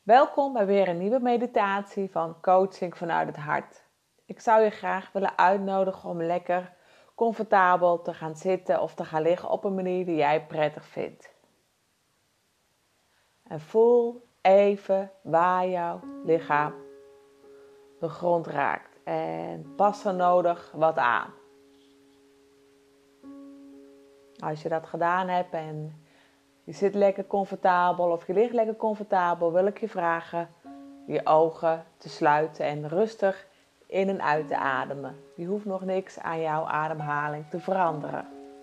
Welkom bij weer een nieuwe meditatie van Coaching vanuit het Hart. Ik zou je graag willen uitnodigen om lekker comfortabel te gaan zitten of te gaan liggen op een manier die jij prettig vindt. En voel even waar jouw lichaam de grond raakt en pas er nodig wat aan. Als je dat gedaan hebt en je zit lekker comfortabel of je ligt lekker comfortabel, wil ik je vragen je ogen te sluiten en rustig in en uit te ademen. Je hoeft nog niks aan jouw ademhaling te veranderen.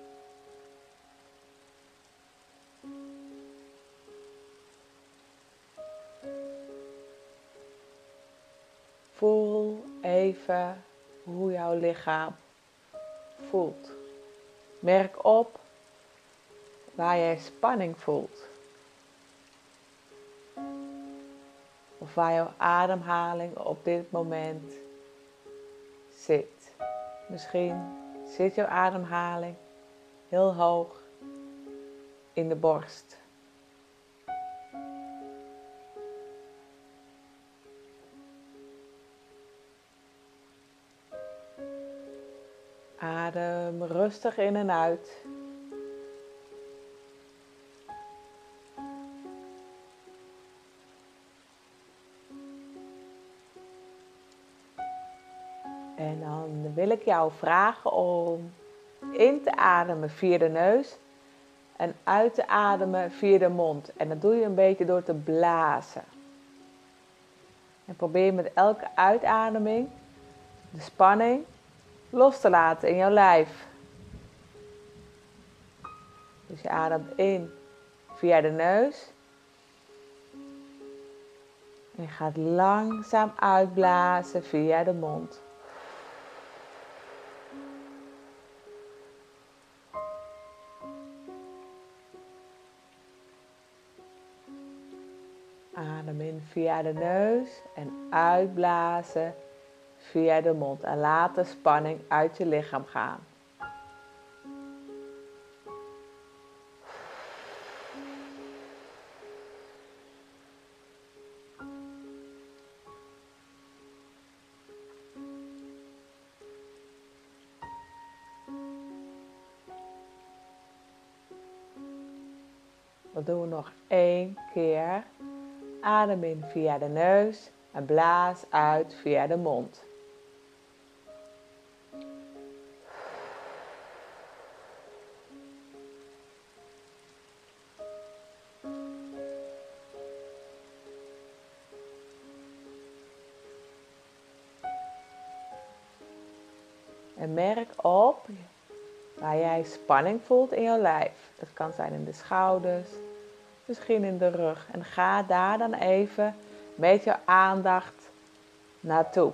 Voel even hoe jouw lichaam voelt. Merk op waar jij spanning voelt. Of waar jouw ademhaling op dit moment zit. Misschien zit jouw ademhaling heel hoog in de borst. Adem rustig in en uit. En dan wil ik jou vragen om in te ademen via de neus en uit te ademen via de mond. En dat doe je een beetje door te blazen. En probeer met elke uitademing de spanning los te laten in jouw lijf. Dus je ademt in via de neus. En je gaat langzaam uitblazen via de mond. Adem in via de neus en uitblazen via de mond. En laat de spanning uit je lichaam gaan. Dat doen we nog 1 keer. Adem in via de neus en blaas uit via de mond. En merk op waar jij spanning voelt in jouw lijf. Dat kan zijn in de schouders, misschien in de rug. En ga daar dan even met jouw aandacht naartoe.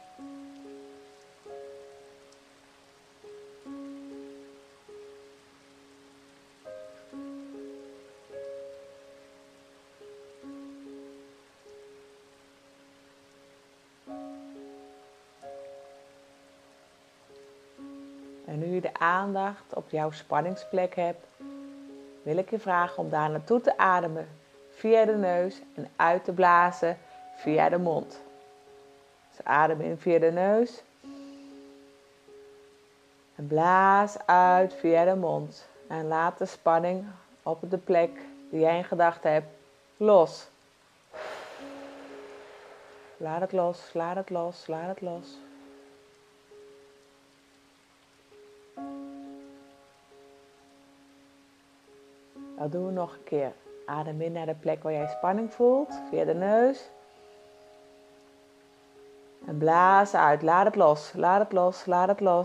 En nu je de aandacht op jouw spanningsplek hebt, wil ik je vragen om daar naartoe te ademen via de neus en uit te blazen via de mond. Dus adem in via de neus en blaas uit via de mond. En laat de spanning op de plek die jij in gedachten hebt los. Laat het los, laat het los, laat het los. Dat doen we nog een keer. Adem in naar de plek waar jij spanning voelt, via de neus. En blaas uit, laat het los, laat het los, laat het los.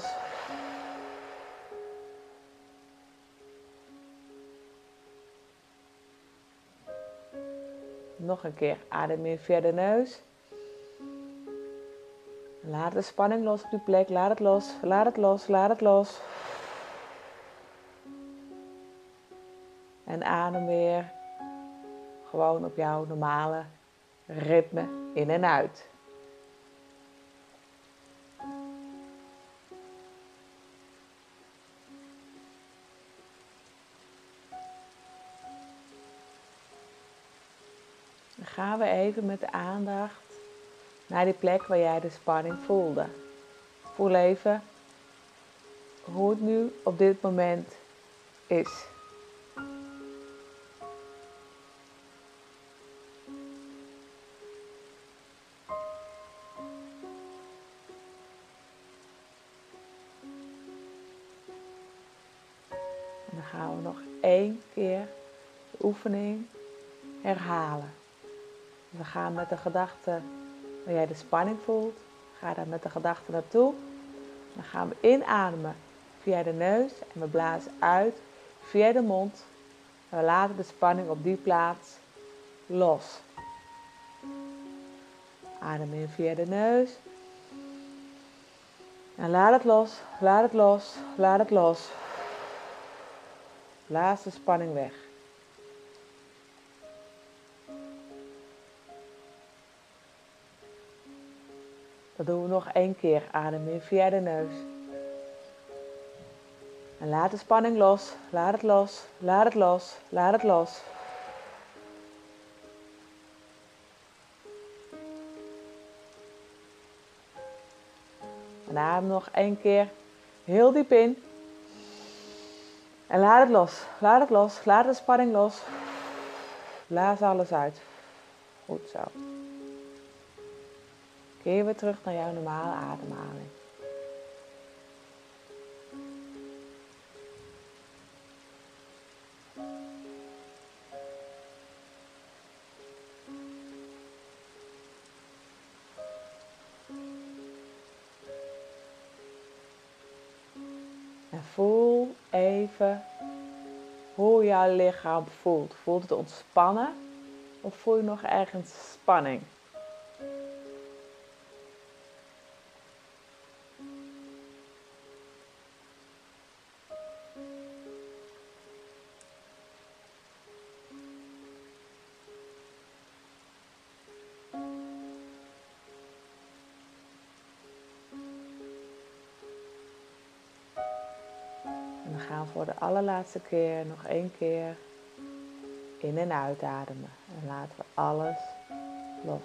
Nog een keer, adem in via de neus. En laat de spanning los op die plek, laat het los, laat het los, laat het los. En adem weer gewoon op jouw normale ritme in en uit. Dan gaan we even met de aandacht naar die plek waar jij de spanning voelde. Voel even hoe het nu op dit moment is. En dan gaan we nog 1 keer de oefening herhalen. We gaan met de gedachte waar jij de spanning voelt, ga daar met de gedachte naartoe. Dan gaan we inademen via de neus en we blazen uit via de mond. En we laten de spanning op die plaats los. Adem in via de neus. En laat het los, laat het los, laat het los. Blaas de spanning weg. Dat doen we nog 1 keer. Adem in via de neus. En laat de spanning los. Laat het los. Laat het los. Laat het los. En adem nog 1 keer heel diep in. En laat het los. Laat het los. Laat de spanning los. Blaas alles uit. Goed zo. Keer weer terug naar jouw normale ademhaling. En voel even hoe jouw lichaam voelt. Voelt het ontspannen of voel je nog ergens spanning? En we gaan voor de allerlaatste keer nog 1 keer in- en uitademen. En laten we alles los.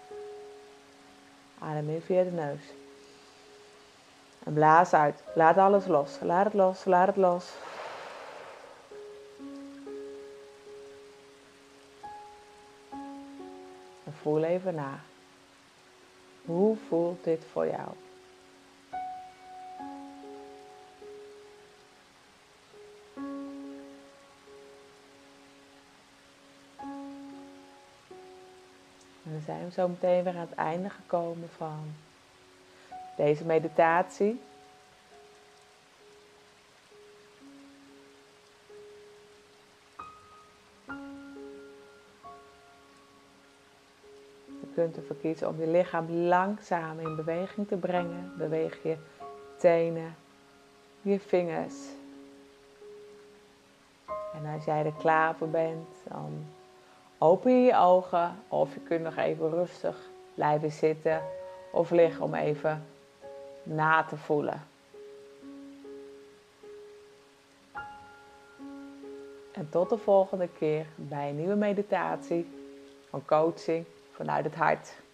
Adem in via de neus. En blaas uit. Laat alles los. Laat het los. Laat het los. En voel even na. Hoe voelt dit voor jou? En dan zijn we zo meteen weer aan het einde gekomen van deze meditatie. Je kunt ervoor kiezen om je lichaam langzaam in beweging te brengen. Beweeg je tenen, je vingers. En als jij er klaar voor bent, dan open je je ogen. Of je kunt nog even rustig blijven zitten of liggen om even na te voelen. En tot de volgende keer bij een nieuwe meditatie van coaching vanuit het hart.